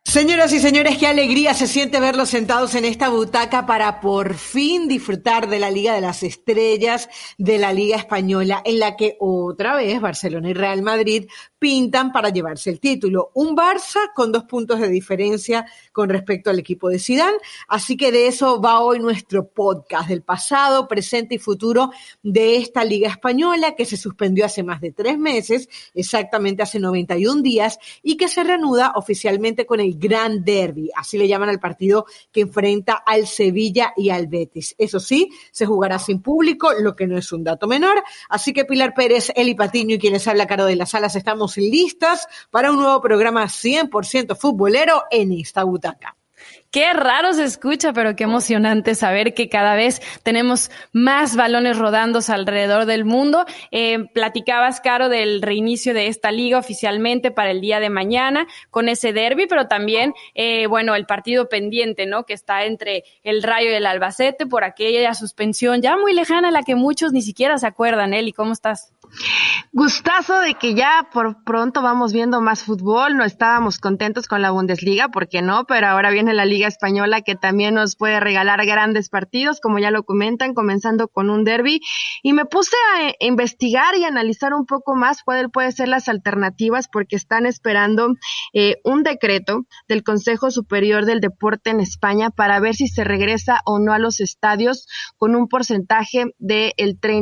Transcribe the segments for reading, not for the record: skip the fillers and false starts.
Señoras y señores, qué alegría se siente verlos sentados en esta butaca para por fin disfrutar de la Liga de las Estrellas, de la Liga Española, en la que otra vez Barcelona y Real Madrid pintan para llevarse el título. Un Barça con 2 puntos de diferencia con respecto al equipo de Zidane. Así que de eso va hoy nuestro podcast, del pasado, presente y futuro de esta Liga Española, que se suspendió hace más de 3 meses, exactamente hace 91 días, y que se reanuda oficialmente con el Gran Derbi, así le llaman al partido que enfrenta al Sevilla y al Betis. Eso sí, se jugará sin público, lo que no es un dato menor. Así que Pilar Pérez, Eli Patiño y quienes habla Caro de las Salas estamos listas para un nuevo programa 100% futbolero en esta butaca. Qué raro se escucha, pero qué emocionante saber que cada vez tenemos más balones rodando alrededor del mundo. Platicabas, Caro, del reinicio de esta liga oficialmente para el día de mañana con ese derbi, pero también, el partido pendiente, ¿no? Que está entre el Rayo y el Albacete por aquella suspensión ya muy lejana, la que muchos ni siquiera se acuerdan. Eli, ¿cómo estás? Gustazo de que ya por pronto vamos viendo más fútbol. No estábamos contentos con la Bundesliga, ¿por qué no? Pero ahora viene la Liga Española, que también nos puede regalar grandes partidos, como ya lo comentan, comenzando con un derbi. Y me puse a investigar y analizar un poco más cuáles pueden ser las alternativas, porque están esperando un decreto del Consejo Superior del Deporte en España para ver si se regresa o no a los estadios con un porcentaje del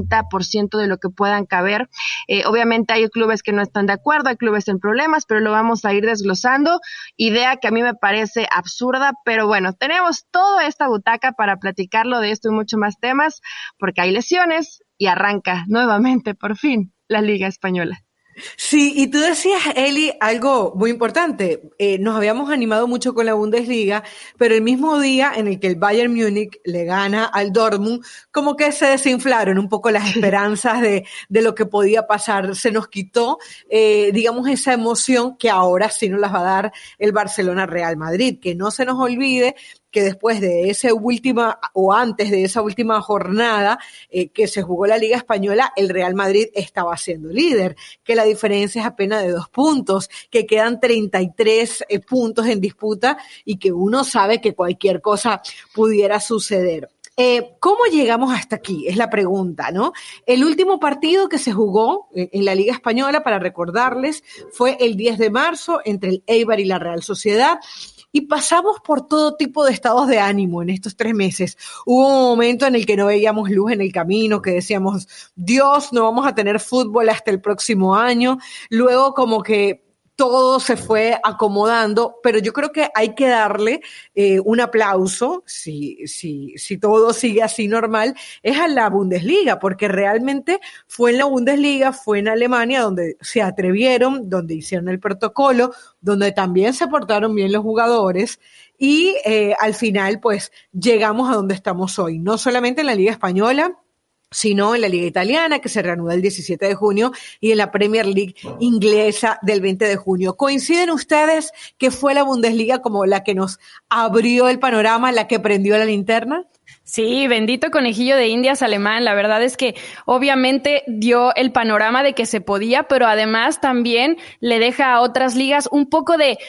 30% de lo que puedan caber. Obviamente hay clubes que no están de acuerdo, hay clubes en problemas, pero lo vamos a ir desglosando. Idea que a mí me parece absurda, pero bueno, tenemos toda esta butaca para platicarlo de esto y mucho más temas, porque hay lesiones y arranca nuevamente, por fin, la Liga Española. Sí, y tú decías, Eli, algo muy importante. Nos habíamos animado mucho con la Bundesliga, pero el mismo día en el que el Bayern Múnich le gana al Dortmund, como que se desinflaron un poco las esperanzas de lo que podía pasar. Se nos quitó, digamos, esa emoción que ahora sí nos las va a dar el Barcelona-Real Madrid. Que no se nos olvide que después de esa última, o antes de esa última jornada que se jugó la Liga Española, el Real Madrid estaba siendo líder, que la diferencia es apenas de 2 puntos, que quedan 33 puntos en disputa y que uno sabe que cualquier cosa pudiera suceder. ¿Cómo llegamos hasta aquí? Es la pregunta, ¿no? El último partido que se jugó en la Liga Española, para recordarles, fue el 10 de marzo entre el Eibar y la Real Sociedad. Y pasamos por todo tipo de estados de ánimo en estos 3 meses. Hubo un momento en el que no veíamos luz en el camino, que decíamos, Dios, no vamos a tener fútbol hasta el próximo año. Luego como que todo se fue acomodando, pero yo creo que hay que darle un aplauso, si todo sigue así normal, es a la Bundesliga, porque realmente fue en la Bundesliga, fue en Alemania donde se atrevieron, donde hicieron el protocolo, donde también se portaron bien los jugadores y al final pues llegamos a donde estamos hoy, no solamente en la Liga Española, sino en la Liga Italiana, que se reanuda el 17 de junio, y en la Premier League inglesa del 20 de junio. ¿Coinciden ustedes que fue la Bundesliga como la que nos abrió el panorama, la que prendió la linterna? Sí, bendito conejillo de Indias alemán. La verdad es que obviamente dio el panorama de que se podía, pero además también le deja a otras ligas un poco de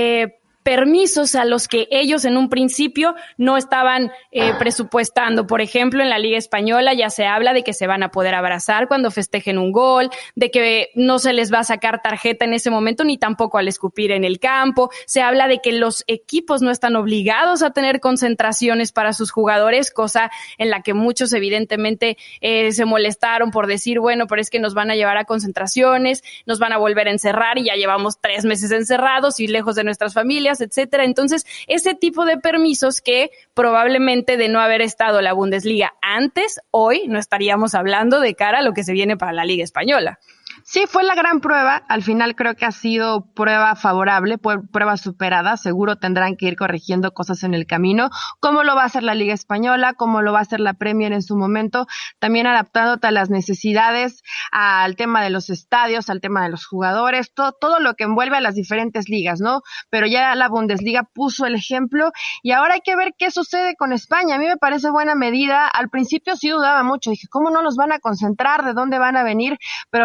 permisos a los que ellos en un principio no estaban presupuestando. Por ejemplo, en la Liga Española ya se habla de que se van a poder abrazar cuando festejen un gol, de que no se les va a sacar tarjeta en ese momento ni tampoco al escupir en el campo. Se habla de que los equipos no están obligados a tener concentraciones para sus jugadores, cosa en la que muchos evidentemente se molestaron por decir, bueno, pero es que nos van a llevar a concentraciones, nos van a volver a encerrar y ya llevamos 3 meses encerrados y lejos de nuestras familias, etcétera. Entonces, ese tipo de permisos que probablemente de no haber estado la Bundesliga antes, hoy no estaríamos hablando de cara a lo que se viene para la Liga Española. Sí, fue la gran prueba. Al final creo que ha sido prueba favorable, prueba superada. Seguro tendrán que ir corrigiendo cosas en el camino. ¿Cómo lo va a hacer la Liga Española? ¿Cómo lo va a hacer la Premier en su momento? También adaptándote a las necesidades, al tema de los estadios, al tema de los jugadores, todo lo que envuelve a las diferentes ligas, ¿no? Pero ya la Bundesliga puso el ejemplo y ahora hay que ver qué sucede con España. A mí me parece buena medida. Al principio sí dudaba mucho. Dije, ¿cómo no los van a concentrar? ¿De dónde van a venir? Pero realmente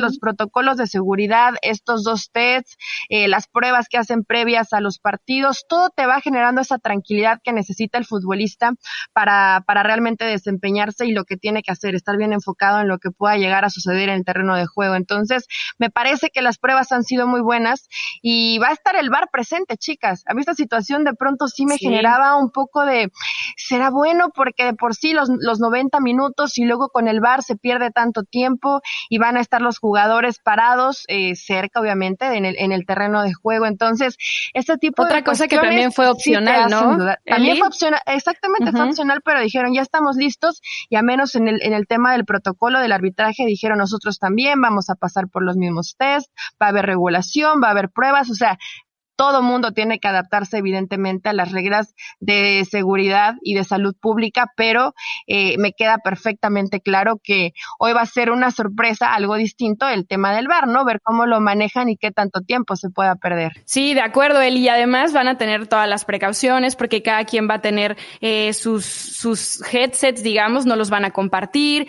los protocolos de seguridad, estos 2 tests, las pruebas que hacen previas a los partidos, todo te va generando esa tranquilidad que necesita el futbolista para realmente desempeñarse y lo que tiene que hacer, estar bien enfocado en lo que pueda llegar a suceder en el terreno de juego. Entonces, me parece que las pruebas han sido muy buenas y va a estar el VAR presente, chicas. A mí esta situación de pronto sí me generaba un poco de, ¿será bueno? Porque de por sí los 90 minutos y luego con el VAR se pierde tanto tiempo y van a estar los jugadores parados cerca, obviamente, en el terreno de juego. Entonces, este tipo Otra de cosa que cuestiones también fue opcional, sí ¿no? También fue opcional, exactamente, fue opcional, pero dijeron, ya estamos listos, y a menos en el tema del protocolo del arbitraje dijeron, nosotros también vamos a pasar por los mismos test, va a haber regulación, va a haber pruebas, o sea, todo mundo tiene que adaptarse evidentemente a las reglas de seguridad y de salud pública, pero me queda perfectamente claro que hoy va a ser una sorpresa, algo distinto el tema del VAR, ¿no? Ver cómo lo manejan y qué tanto tiempo se pueda perder. Sí, de acuerdo, Eli, y además van a tener todas las precauciones porque cada quien va a tener sus headsets, digamos, no los van a compartir,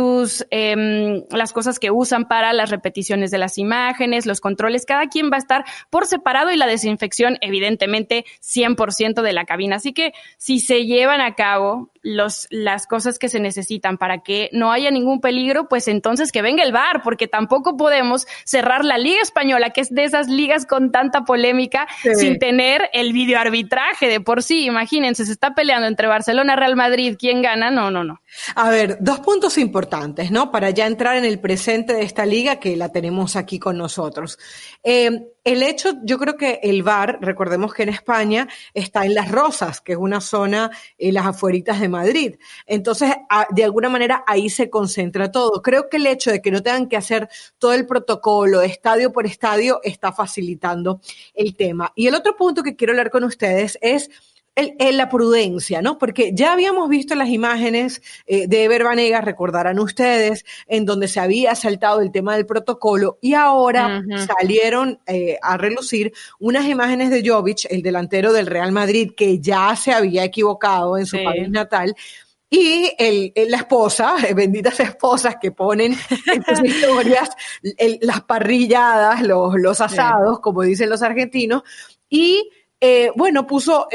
las cosas que usan para las repeticiones de las imágenes, los controles, cada quien va a estar por separado y la desinfección, evidentemente, 100% de la cabina. Así que si se llevan a cabo las cosas que se necesitan para que no haya ningún peligro, pues entonces que venga el VAR, porque tampoco podemos cerrar la Liga Española, que es de esas ligas con tanta polémica, sin tener el videoarbitraje de por sí. Imagínense, se está peleando entre Barcelona y Real Madrid, ¿quién gana? No. A ver, 2 puntos importantes, ¿no? Para ya entrar en el presente de esta liga que la tenemos aquí con nosotros. El hecho, yo creo que el VAR, recordemos que en España está en Las Rozas, que es una zona en las afueritas de Madrid. Entonces, de alguna manera ahí se concentra todo. Creo que el hecho de que no tengan que hacer todo el protocolo estadio por estadio está facilitando el tema. Y el otro punto que quiero hablar con ustedes es la prudencia, ¿no? Porque ya habíamos visto las imágenes de Ever Banega, recordarán ustedes, en donde se había saltado el tema del protocolo y ahora salieron a relucir unas imágenes de Jovic, el delantero del Real Madrid, que ya se había equivocado en su país natal, y la esposa, benditas esposas que ponen en sus historias las parrilladas, los asados, como dicen los argentinos, y bueno, puso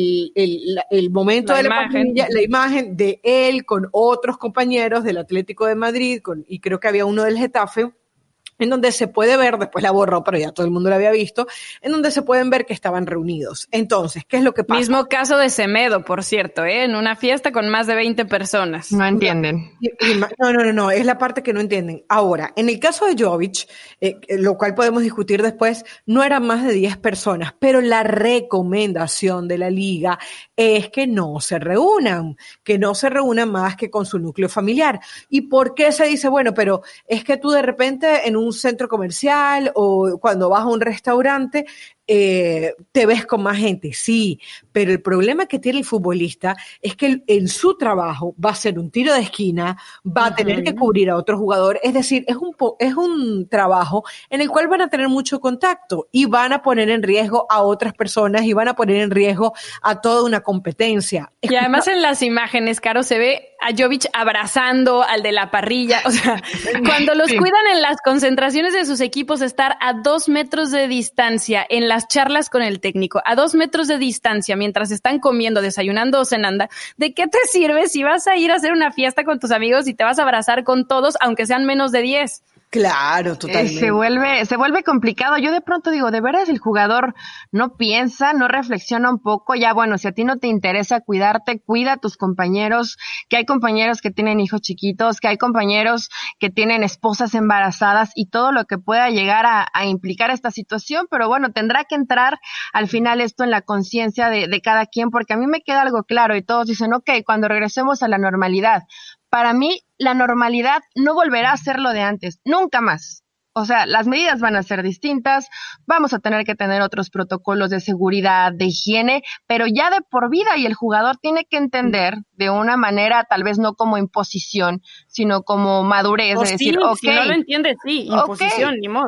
el momento de la parrilla, la imagen de él con otros compañeros del Atlético de Madrid, y creo que había uno del Getafe, en donde se puede ver, después la borró, pero ya todo el mundo la había visto, en donde se pueden ver que estaban reunidos. Entonces, ¿qué es lo que pasa? Mismo caso de Semedo, por cierto, en una fiesta con más de 20 personas. No entienden. No, es la parte que no entienden. Ahora, en el caso de Jovic, lo cual podemos discutir después, no eran más de 10 personas, pero la recomendación de la liga es que no se reúnan más que con su núcleo familiar. ¿Y por qué se dice, bueno, pero es que tú de repente en un centro comercial o cuando vas a un restaurante te ves con más gente? Sí, pero el problema que tiene el futbolista es que en su trabajo va a ser un tiro de esquina, va a tener que cubrir a otro jugador, es decir, es un trabajo en el cual van a tener mucho contacto y van a poner en riesgo a otras personas y van a poner en riesgo a toda una competencia. Y además en las imágenes, Caro, se ve a Jovic abrazando al de la parrilla, o sea, cuando los cuidan en las concentraciones de sus equipos, estar a 2 metros de distancia en las charlas con el técnico, a 2 metros de distancia mientras están comiendo, desayunando o cenando, ¿de qué te sirve si vas a ir a hacer una fiesta con tus amigos y te vas a abrazar con todos, aunque sean menos de 10? Claro, totalmente. Se vuelve complicado. Yo de pronto digo, ¿de veras el jugador no piensa, no reflexiona un poco? Ya, bueno, si a ti no te interesa cuidarte, cuida a tus compañeros, que hay compañeros que tienen hijos chiquitos, que hay compañeros que tienen esposas embarazadas y todo lo que pueda llegar a implicar esta situación, pero bueno, tendrá que entrar al final esto en la conciencia de cada quien, porque a mí me queda algo claro y todos dicen, ok, cuando regresemos a la normalidad, para mí, la normalidad no volverá a ser lo de antes, nunca más. O sea, las medidas van a ser distintas, vamos a tener que tener otros protocolos de seguridad, de higiene, pero ya de por vida, y el jugador tiene que entender de una manera, tal vez no como imposición, sino como madurez, de decir, sí, si no lo entiende, sí, imposición, okay, ni modo.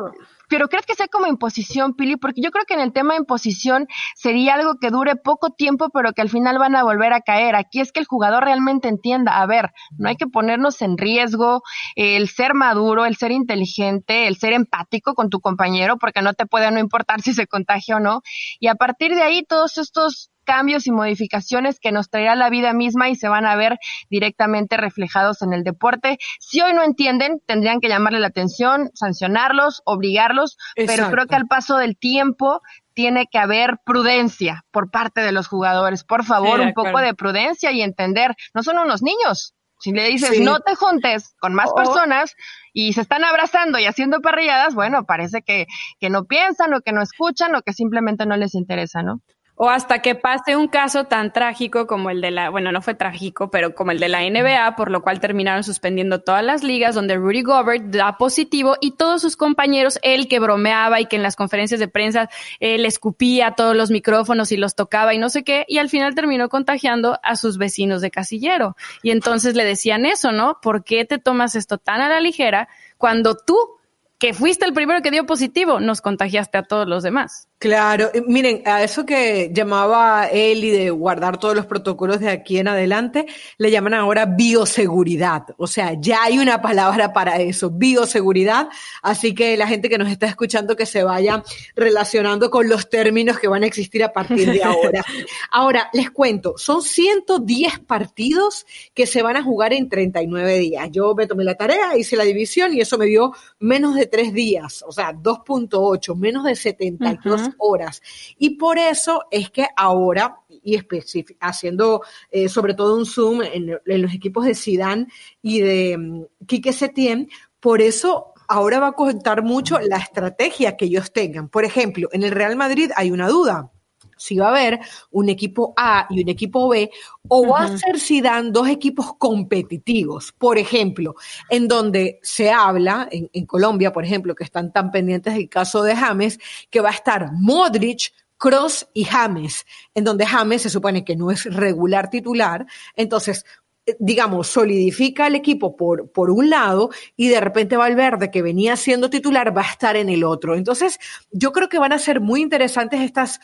Pero ¿crees que sea como imposición, Pili? Porque yo creo que en el tema de imposición sería algo que dure poco tiempo, pero que al final van a volver a caer. Aquí es que el jugador realmente entienda, a ver, no hay que ponernos en riesgo, el ser maduro, el ser inteligente, el ser empático con tu compañero, porque no te puede no importar si se contagia o no. Y a partir de ahí, todos estos cambios y modificaciones que nos traerá la vida misma y se van a ver directamente reflejados en el deporte. Si hoy no entienden, tendrían que llamarle la atención, sancionarlos, obligarlos, Exacto. pero creo que al paso del tiempo tiene que haber prudencia por parte de los jugadores. Por favor, un poco de prudencia y entender, no son unos niños. Si le dices no te juntes con más personas y se están abrazando y haciendo parrilladas, bueno, parece que no piensan o que no escuchan o que simplemente no les interesa, ¿no? O hasta que pase un caso tan trágico como el de bueno, no fue trágico, pero como el de la NBA, por lo cual terminaron suspendiendo todas las ligas, donde Rudy Gobert da positivo y todos sus compañeros, él que bromeaba y que en las conferencias de prensa le escupía a todos los micrófonos y los tocaba y no sé qué, y al final terminó contagiando a sus vecinos de casillero. Y entonces le decían eso, ¿no? ¿Por qué te tomas esto tan a la ligera cuando tú, que fuiste el primero que dio positivo, nos contagiaste a todos los demás? Claro, miren, a eso que llamaba Eli de guardar todos los protocolos de aquí en adelante, le llaman ahora bioseguridad. O sea, ya hay una palabra para eso, bioseguridad. Así que la gente que nos está escuchando que se vaya relacionando con los términos que van a existir a partir de ahora. Ahora, les cuento, son 110 partidos que se van a jugar en 39 días. Yo me tomé la tarea, hice la división y eso me dio menos de 3 días, o sea, 2.8, menos de 72 horas. Y por eso es que ahora, y haciendo sobre todo un zoom en los equipos de Zidane y de Quique Setién, por eso ahora va a contar mucho la estrategia que ellos tengan. Por ejemplo, en el Real Madrid hay una duda. Si va a haber un equipo A y un equipo B, o va a ser Zidane dos equipos competitivos. Por ejemplo, en donde se habla, en Colombia, por ejemplo, que están tan pendientes del caso de James, que va a estar Modric, Kroos y James, en donde James se supone que no es regular titular. Entonces, digamos, solidifica el equipo por un lado y de repente Valverde, que venía siendo titular, va a estar en el otro. Entonces, yo creo que van a ser muy interesantes estas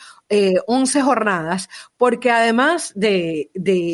11 jornadas, porque además de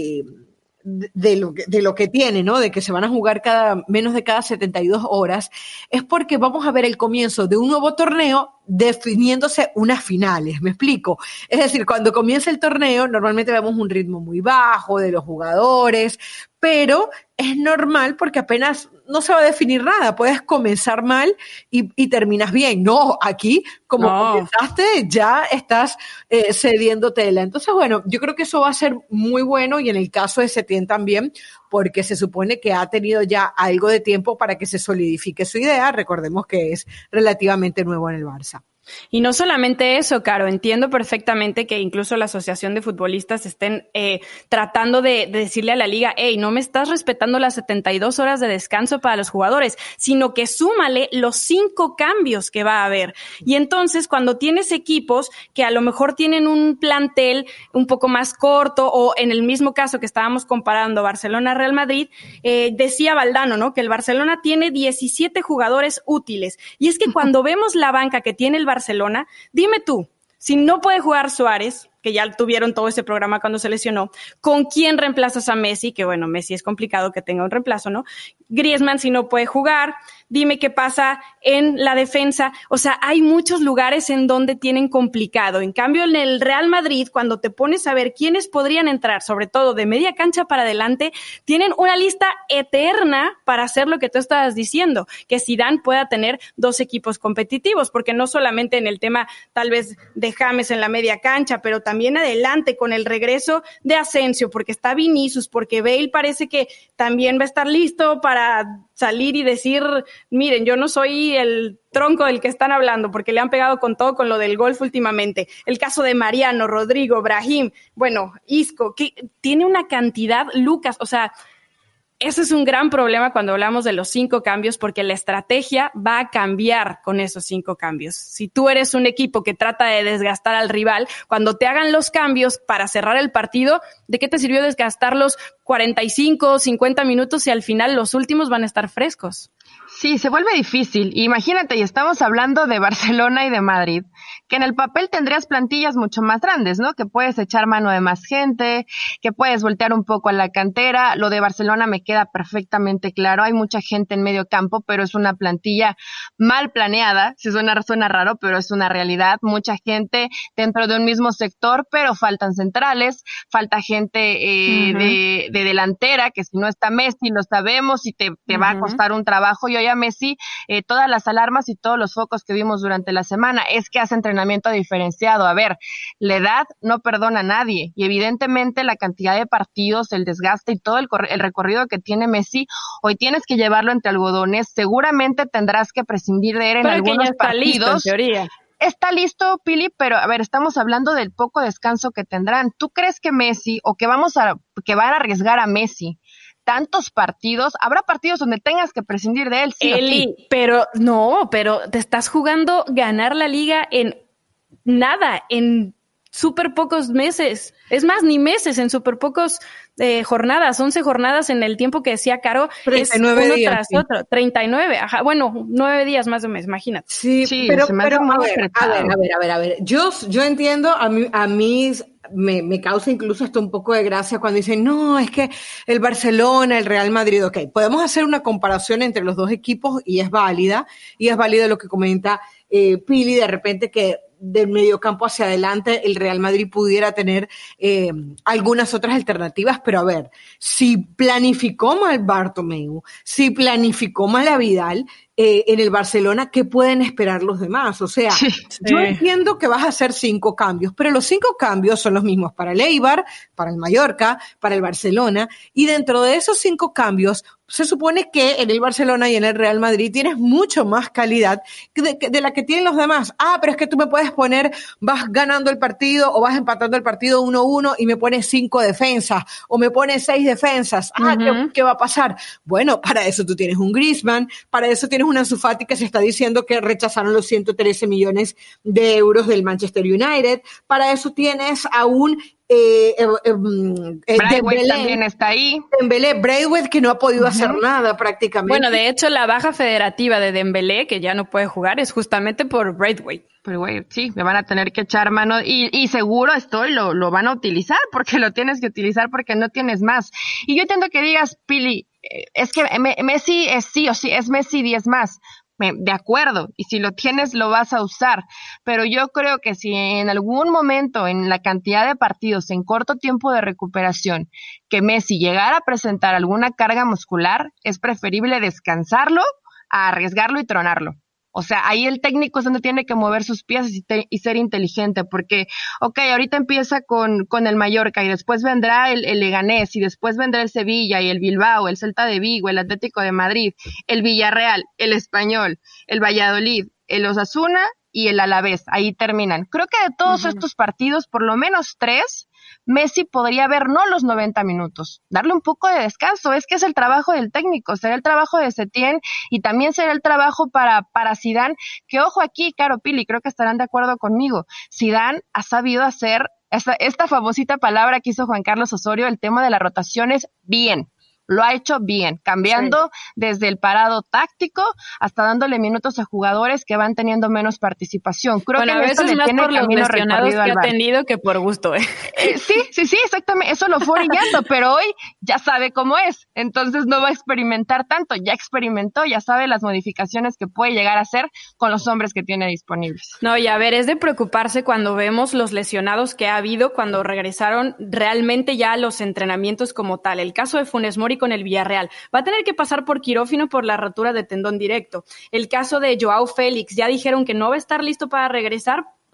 lo que tiene, ¿no? De que se van a jugar menos de cada 72 horas, es porque vamos a ver el comienzo de un nuevo torneo definiéndose unas finales, ¿me explico? Es decir, cuando comienza el torneo, normalmente vemos un ritmo muy bajo de los jugadores, pero es normal porque apenas no se va a definir nada, puedes comenzar mal y terminas bien. No, aquí, como comenzaste, ya estás cediendo tela. Entonces, bueno, yo creo que eso va a ser muy bueno y en el caso de Setién también, porque se supone que ha tenido ya algo de tiempo para que se solidifique su idea. Recordemos que es relativamente nuevo en el Barça. Y no solamente eso, Caro, entiendo perfectamente que incluso la Asociación de Futbolistas estén tratando de decirle a la liga, hey, no me estás respetando las 72 horas de descanso para los jugadores, sino que súmale los 5 cambios que va a haber. Y entonces, cuando tienes equipos que a lo mejor tienen un plantel un poco más corto, o en el mismo caso que estábamos comparando Barcelona-Real Madrid, decía Valdano, ¿no?, que el Barcelona tiene 17 jugadores útiles. Y es que cuando vemos la banca que tiene el Barcelona, dime tú, si no puede jugar Suárez, que ya tuvieron todo ese programa cuando se lesionó, ¿con quién reemplazas a Messi? Que bueno, Messi es complicado que tenga un reemplazo, ¿no? Griezmann si no puede jugar, dime qué pasa en la defensa. O sea, hay muchos lugares en donde tienen complicado. En cambio, en el Real Madrid, cuando te pones a ver quiénes podrían entrar, sobre todo de media cancha para adelante, tienen una lista eterna para hacer lo que tú estabas diciendo, que Zidane pueda tener 2 equipos competitivos, porque no solamente en el tema tal vez de James en la media cancha, pero también adelante con el regreso de Asensio, porque está Vinicius, porque Bale parece que también va a estar listo para salir y decir, miren, yo no soy el tronco del que están hablando, porque le han pegado con todo con lo del golf últimamente. El caso de Mariano, Rodrigo, Brahim, bueno, Isco, que tiene una cantidad, Lucas, o sea, ese es un gran problema cuando hablamos de los 5 cambios, porque la estrategia va a cambiar con esos 5 cambios. Si tú eres un equipo que trata de desgastar al rival, cuando te hagan los cambios para cerrar el partido, ¿de qué te sirvió desgastar los 45, 50 minutos si al final los últimos van a estar frescos? Sí, se vuelve difícil. Imagínate, y estamos hablando de Barcelona y de Madrid, que en el papel tendrías plantillas mucho más grandes, ¿no? Que puedes echar mano de más gente, que puedes voltear un poco a la cantera. Lo de Barcelona me queda perfectamente claro. Hay mucha gente en medio campo, pero es una plantilla mal planeada. Si suena raro, pero es una realidad. Mucha gente dentro de un mismo sector, pero faltan centrales, falta gente de delantera, que si no está Messi, lo sabemos, y te va a costar un trabajo. Yo ya Messi, todas las alarmas y todos los focos que vimos durante la semana es que hace entrenamiento diferenciado. A ver, la edad no perdona a nadie, y evidentemente la cantidad de partidos, el desgaste y todo el recorrido que tiene Messi, hoy tienes que llevarlo entre algodones. Seguramente tendrás que prescindir de él en algunos está partidos. Listo, en teoría. Está listo, Pili, pero a ver, estamos hablando del poco descanso que tendrán. ¿Tú crees que Messi, o que van a arriesgar a Messi tantos partidos? Habrá partidos donde tengas que prescindir de él, sí Eli, o sí. pero te estás jugando ganar la liga en nada, en súper pocos meses. Es más, ni meses, en súper pocos jornadas, 11 jornadas en el tiempo que decía Caro, 39 es uno días, tras sí. otro, 39, ajá, bueno, 9 días más de un mes, imagínate. Sí, pero a ver, yo entiendo, a mí me causa incluso hasta un poco de gracia cuando dicen, no, es que el Barcelona, el Real Madrid, ok, podemos hacer una comparación entre los dos equipos y es válido lo que comenta Pili, de repente que del mediocampo hacia adelante el Real Madrid pudiera tener algunas otras alternativas, pero a ver, si planificó mal Bartomeu, si planificó mal a Vidal en el Barcelona, ¿qué pueden esperar los demás? O sea, yo entiendo que vas a hacer 5 cambios, pero los 5 cambios son los mismos para el Eibar, para el Mallorca, para el Barcelona, y dentro de esos 5 cambios se supone que en el Barcelona y en el Real Madrid tienes mucho más calidad de la que tienen los demás. Ah, pero es que tú me puedes poner, vas ganando el partido o vas empatando el partido 1-1 y me pones 5 defensas o me pones 6 defensas. Ah, ¿qué va a pasar? Bueno, para eso tú tienes un Griezmann, para eso tienes un Ansu Fati que se está diciendo que rechazaron los 113 millones de euros del Manchester United, para eso tienes a un Braithwaite también está ahí. Dembélé, Braithwaite, que no ha podido hacer nada prácticamente. Bueno, de hecho, la baja federativa de Dembélé, que ya no puede jugar, es justamente por Braithwaite. Pero güey, sí, me van a tener que echar mano y seguro lo van a utilizar, porque lo tienes que utilizar porque no tienes más. Y yo entiendo que digas, Pili, es que Messi es sí o sí, es Messi 10 más. De acuerdo, y si lo tienes lo vas a usar, pero yo creo que si en algún momento en la cantidad de partidos en corto tiempo de recuperación que Messi llegara a presentar alguna carga muscular, es preferible descansarlo a arriesgarlo y tronarlo. O sea, ahí el técnico es donde tiene que mover sus piezas y ser inteligente, porque, ok, ahorita empieza con el Mallorca y después vendrá el Leganés y después vendrá el Sevilla y el Bilbao, el Celta de Vigo, el Atlético de Madrid, el Villarreal, el Español, el Valladolid, el Osasuna y el Alavés. Ahí terminan. Creo que de todos estos partidos, por lo menos 3, Messi podría ver no los 90 minutos, darle un poco de descanso. Es que es el trabajo del técnico, será el trabajo de Setién y también será el trabajo para Zidane, que ojo aquí, Caro, Pili, creo que estarán de acuerdo conmigo. Zidane ha sabido hacer esta famosita palabra que hizo Juan Carlos Osorio, el tema de las rotaciones, bien. Lo ha hecho bien, cambiando desde el parado táctico hasta dándole minutos a jugadores que van teniendo menos participación. Creo que a veces más por los lesionados que ha tenido que por gusto. Sí, exactamente. Eso lo fue orillando, pero hoy ya sabe cómo es. Entonces no va a experimentar tanto. Ya experimentó, ya sabe las modificaciones que puede llegar a hacer con los hombres que tiene disponibles. No, y a ver, es de preocuparse cuando vemos los lesionados que ha habido cuando regresaron realmente ya a los entrenamientos como tal. El caso de Funes Mori con el Villarreal. Va a tener que pasar por quirófano por la rotura de tendón directo. El caso de Joao Félix, ya dijeron que no va a estar listo para regresar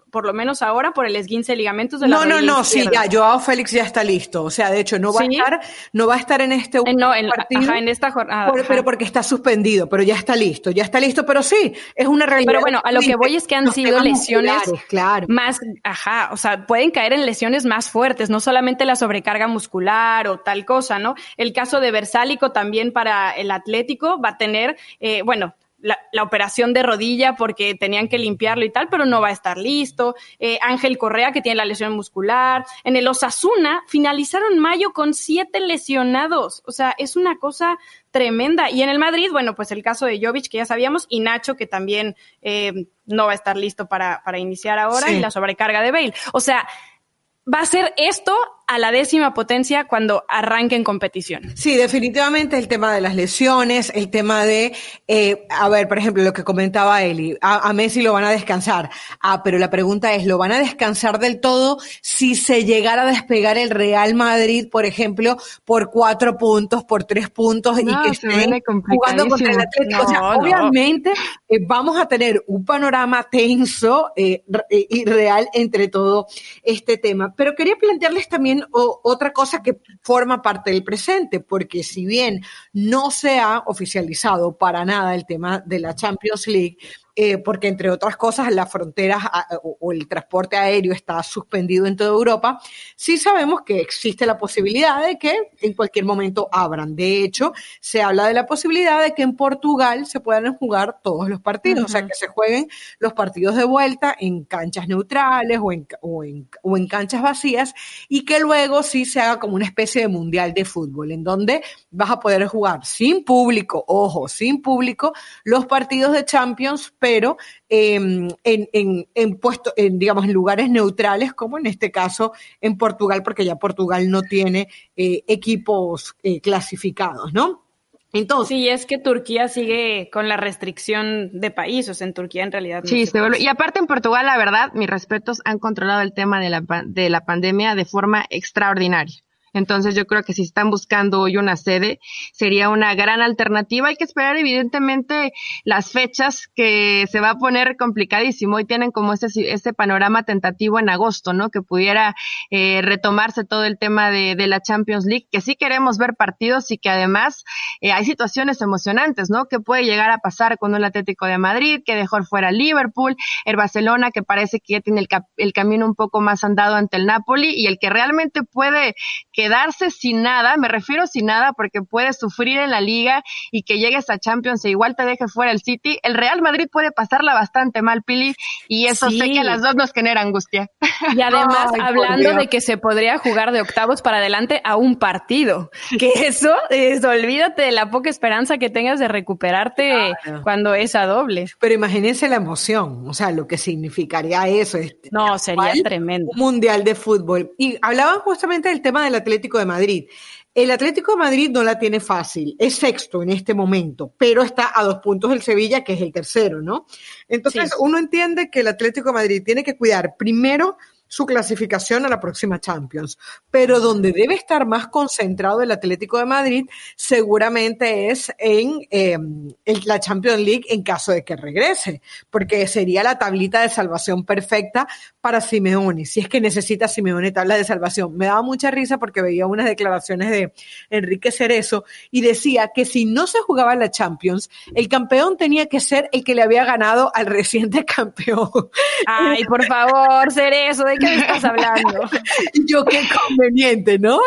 por lo menos ahora, por el esguince de ligamentos de la rodilla No, izquierda. sí, ya, Joao Félix ya está listo. O sea, de hecho, no va a estar en este partido. En esta jornada. Pero porque está suspendido, pero ya está listo, pero sí, es una realidad. Pero bueno, a lo que voy es que han sido lesiones claro. más, o sea, pueden caer en lesiones más fuertes, no solamente la sobrecarga muscular o tal cosa, ¿no? El caso de Versálico también para el Atlético va a tener, la operación de rodilla porque tenían que limpiarlo y tal, pero no va a estar listo. Ángel Correa, que tiene la lesión muscular. En el Osasuna finalizaron mayo con 7 lesionados. O sea, es una cosa tremenda. Y en el Madrid, bueno, pues el caso de Jovic, que ya sabíamos, y Nacho, que también no va a estar listo para iniciar ahora, y la sobrecarga de Bale. O sea, va a ser esto a la 10ª potencia cuando arranque en competición. Sí, definitivamente el tema de las lesiones, el tema de, por ejemplo, lo que comentaba Eli, a Messi lo van a descansar. Pero la pregunta es, ¿lo van a descansar del todo si se llegara a despegar el Real Madrid, por ejemplo, por 4 puntos, por 3 puntos, y que estén jugando contra el Atlético? Obviamente vamos a tener un panorama tenso y real entre todo este tema. Pero quería plantearles también otra cosa que forma parte del presente, porque si bien no se ha oficializado para nada el tema de la Champions League, porque entre otras cosas las fronteras o el transporte aéreo está suspendido en toda Europa, sí sabemos que existe la posibilidad de que en cualquier momento abran. De hecho, se habla de la posibilidad de que en Portugal se puedan jugar todos los partidos, o sea, que se jueguen los partidos de vuelta en canchas neutrales o en canchas vacías, y que luego sí se haga como una especie de mundial de fútbol, en donde vas a poder jugar sin público, los partidos de Champions, pero en lugares neutrales, como en este caso en Portugal, porque ya Portugal no tiene equipos clasificados, ¿no? Entonces, sí, es que Turquía sigue con la restricción de país, o sea, en Turquía en realidad no se vuelve. Y aparte en Portugal, la verdad, mis respetos, han controlado el tema de la pandemia de forma extraordinaria. Entonces yo creo que si están buscando hoy una sede, sería una gran alternativa. Hay que esperar evidentemente las fechas, que se va a poner complicadísimo. Hoy tienen como ese panorama tentativo en agosto, ¿no? Que pudiera retomarse todo el tema de la Champions League, que sí queremos ver partidos y que además hay situaciones emocionantes, ¿no? Que puede llegar a pasar con el Atlético de Madrid, que dejó fuera al Liverpool, el Barcelona, que parece que ya tiene el camino un poco más andado ante el Napoli, y el que realmente puede quedarse sin nada, me refiero sin nada porque puedes sufrir en la liga y que llegues a Champions e igual te deje fuera el City. El Real Madrid puede pasarla bastante mal, Pili, y eso sé que a las dos nos genera angustia. Y además, hablando de que se podría jugar de octavos para adelante a un partido, que eso, olvídate de la poca esperanza que tengas de recuperarte cuando es a doble. Pero imagínense la emoción, o sea, lo que significaría eso. No, sería tremendo. Un mundial de fútbol. Y hablaban justamente del tema del Atlético de Madrid. El Atlético de Madrid no la tiene fácil, es sexto en este momento, pero está a 2 puntos del Sevilla, que es el tercero, ¿no? Entonces, uno entiende que el Atlético de Madrid tiene que cuidar primero su clasificación a la próxima Champions, pero donde debe estar más concentrado el Atlético de Madrid seguramente es en la Champions League en caso de que regrese, porque sería la tablita de salvación perfecta para Simeone, si es que necesita Simeone tabla de salvación. Me daba mucha risa porque veía unas declaraciones de Enrique Cerezo y decía que si no se jugaba la Champions, el campeón tenía que ser el que le había ganado al reciente campeón. Ay, por favor, Cerezo, ¿de qué me estás hablando? Yo, qué conveniente, ¿no?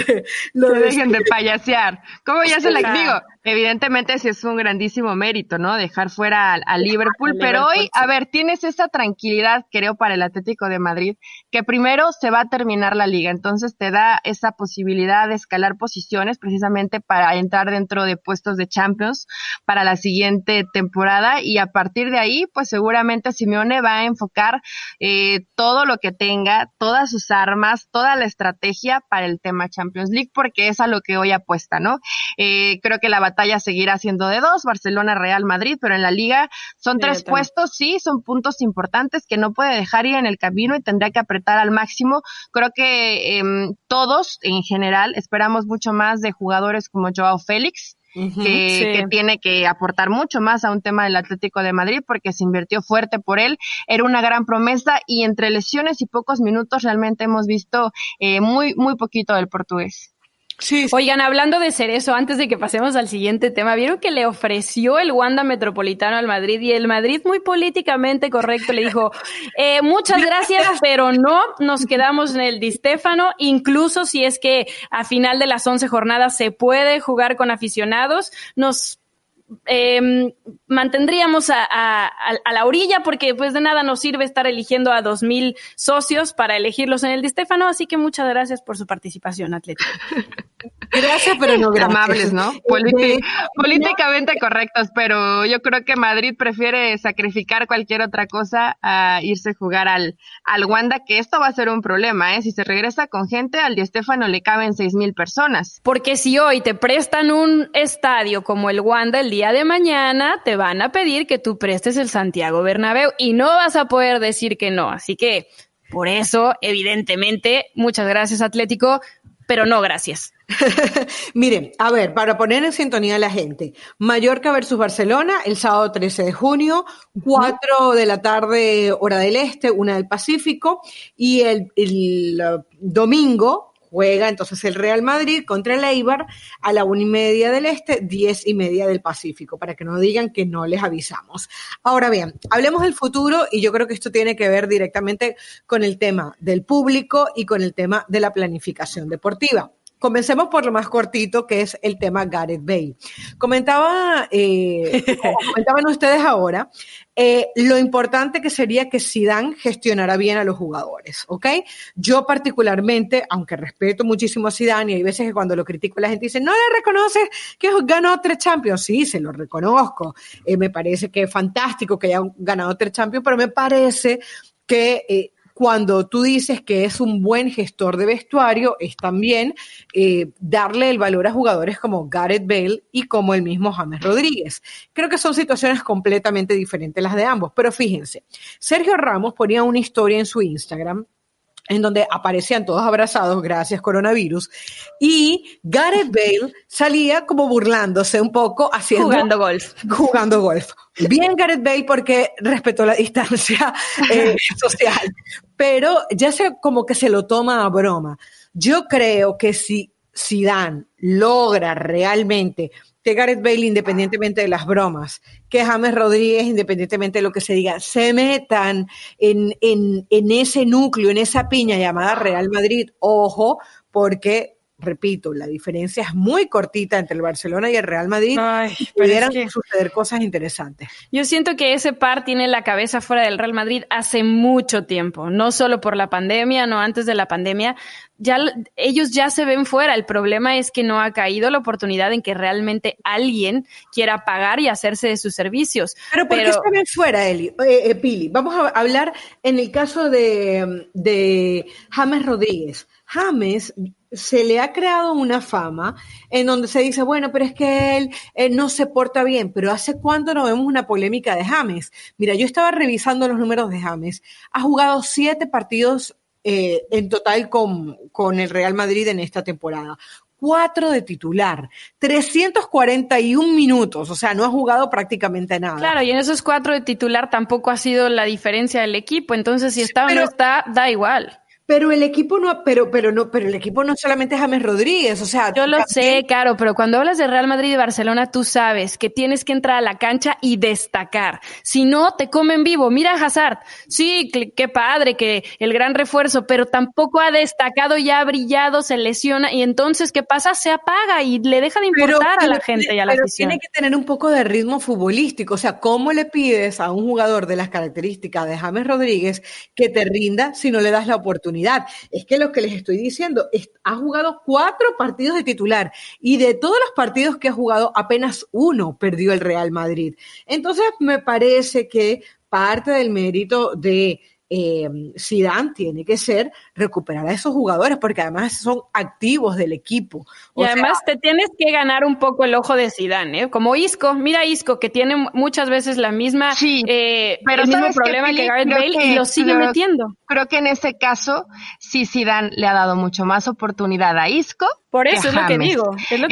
Dejen de payasear. ¿Cómo ya se la digo? Evidentemente sí es un grandísimo mérito, ¿no? Dejar fuera al Liverpool, pero hoy, a ver, tienes esa tranquilidad, creo, para el Atlético de Madrid, que primero se va a terminar la liga, entonces te da esa posibilidad de escalar posiciones precisamente para entrar dentro de puestos de Champions para la siguiente temporada, y a partir de ahí, pues seguramente Simeone va a enfocar todo lo que tenga, todas sus armas, toda la estrategia para el tema Champions League, porque es a lo que hoy apuesta, ¿no? Creo que la batalla seguirá siendo de 2, Barcelona, Real Madrid, pero en la liga son 3 puestos, sí, son puntos importantes que no puede dejar ir en el camino y tendrá que apretar al máximo. Creo que todos, en general, esperamos mucho más de jugadores como Joao Félix, que tiene que aportar mucho más a un tema del Atlético de Madrid porque se invirtió fuerte por él, era una gran promesa y entre lesiones y pocos minutos realmente hemos visto muy poquito del portugués. Sí. Oigan, hablando de Cerezo, antes de que pasemos al siguiente tema, ¿vieron que le ofreció el Wanda Metropolitano al Madrid? Y el Madrid, muy políticamente correcto, le dijo, muchas gracias, pero no, nos quedamos en el Di Stéfano, incluso si es que a final de las 11 jornadas se puede jugar con aficionados, nos mantendríamos a la orilla porque pues de nada nos sirve estar eligiendo a 2,000 socios para elegirlos en el Di Stéfano, así que muchas gracias por su participación, Atlético. Gracias, pero no gracias. Amables, ¿no? Políticamente correctos, pero yo creo que Madrid prefiere sacrificar cualquier otra cosa a irse a jugar al Wanda, que esto va a ser un problema, si se regresa con gente, al Di Stéfano le caben 6,000 personas. Porque si hoy te prestan un estadio como el Wanda, el día de mañana te van a pedir que tú prestes el Santiago Bernabéu y no vas a poder decir que no, así que por eso, evidentemente, muchas gracias, Atlético, pero no gracias. Miren, a ver, para poner en sintonía a la gente, Mallorca versus Barcelona, el sábado 13 de junio, 4 de la tarde, hora del este, 1 del Pacífico, y el domingo juega entonces el Real Madrid contra el Eibar a la 1:30 del este, 10:30 del Pacífico, para que no digan que no les avisamos. Ahora bien, hablemos del futuro y yo creo que esto tiene que ver directamente con el tema del público y con el tema de la planificación deportiva. Comencemos por lo más cortito, que es el tema Gareth Bale. Comentaban ustedes ahora lo importante que sería que Zidane gestionara bien a los jugadores, ¿ok? Yo particularmente, aunque respeto muchísimo a Zidane, y hay veces que cuando lo critico la gente dice, ¿no le reconoces que ganó 3 Champions? Sí, se lo reconozco. Me parece que es fantástico que haya ganado 3 Champions, pero me parece que cuando tú dices que es un buen gestor de vestuario, es también darle el valor a jugadores como Gareth Bale y como el mismo James Rodríguez. Creo que son situaciones completamente diferentes las de ambos, pero fíjense, Sergio Ramos ponía una historia en su Instagram en donde aparecían todos abrazados, gracias coronavirus, y Gareth Bale salía como burlándose un poco, jugando golf. Bien Gareth Bale porque respetó la distancia social, pero ya como que se lo toma a broma. Yo creo que si Zidane logra realmente que Gareth Bale, independientemente de las bromas, que James Rodríguez, independientemente de lo que se diga, se metan en ese núcleo, en esa piña llamada Real Madrid, ojo, porque, repito, la diferencia es muy cortita entre el Barcelona y el Real Madrid. Pudieran suceder cosas interesantes. Yo siento que ese par tiene la cabeza fuera del Real Madrid hace mucho tiempo, no solo por la pandemia, no antes de la pandemia. Ellos ya se ven fuera. El problema es que no ha caído la oportunidad en que realmente alguien quiera pagar y hacerse de sus servicios. Pero ¿por qué se ven fuera, Pili? Vamos a hablar en el caso de James Rodríguez. James se le ha creado una fama en donde se dice, bueno, pero es que él no se porta bien, pero ¿hace cuánto no vemos una polémica de James? Mira, yo estaba revisando los números de James. Ha jugado 7 partidos en total con el Real Madrid en esta temporada. 4 de titular, 341 minutos, o sea, no ha jugado prácticamente nada. Claro, y en esos 4 de titular tampoco ha sido la diferencia del equipo, entonces si está o no está, da igual. Pero el equipo no, pero el equipo no solamente es James Rodríguez, o sea. Yo lo sé, Caro, pero cuando hablas de Real Madrid y Barcelona, tú sabes que tienes que entrar a la cancha y destacar. Si no, te comen vivo. Mira a Hazard. Sí, qué padre, que el gran refuerzo, pero tampoco ha destacado, ya ha brillado, se lesiona, y entonces, ¿qué pasa? Se apaga y le deja de importar a la gente y a la afición. Tiene que tener un poco de ritmo futbolístico, o sea, ¿cómo le pides a un jugador de las características de James Rodríguez que te rinda si no le das la oportunidad? Es que lo que les estoy diciendo, ha jugado 4 partidos de titular y de todos los partidos que ha jugado, apenas 1 perdió el Real Madrid. Entonces, me parece que parte del mérito de Zidane tiene que ser recuperar a esos jugadores porque además son activos del equipo. Y además te tienes que ganar un poco el ojo de Zidane, como Isco. Mira Isco, que tiene muchas veces la misma pero el mismo problema que Gareth Bale y lo sigue metiendo. Creo que en ese caso sí Zidane le ha dado mucho más oportunidad a Isco Por eso que es lo que James. digo,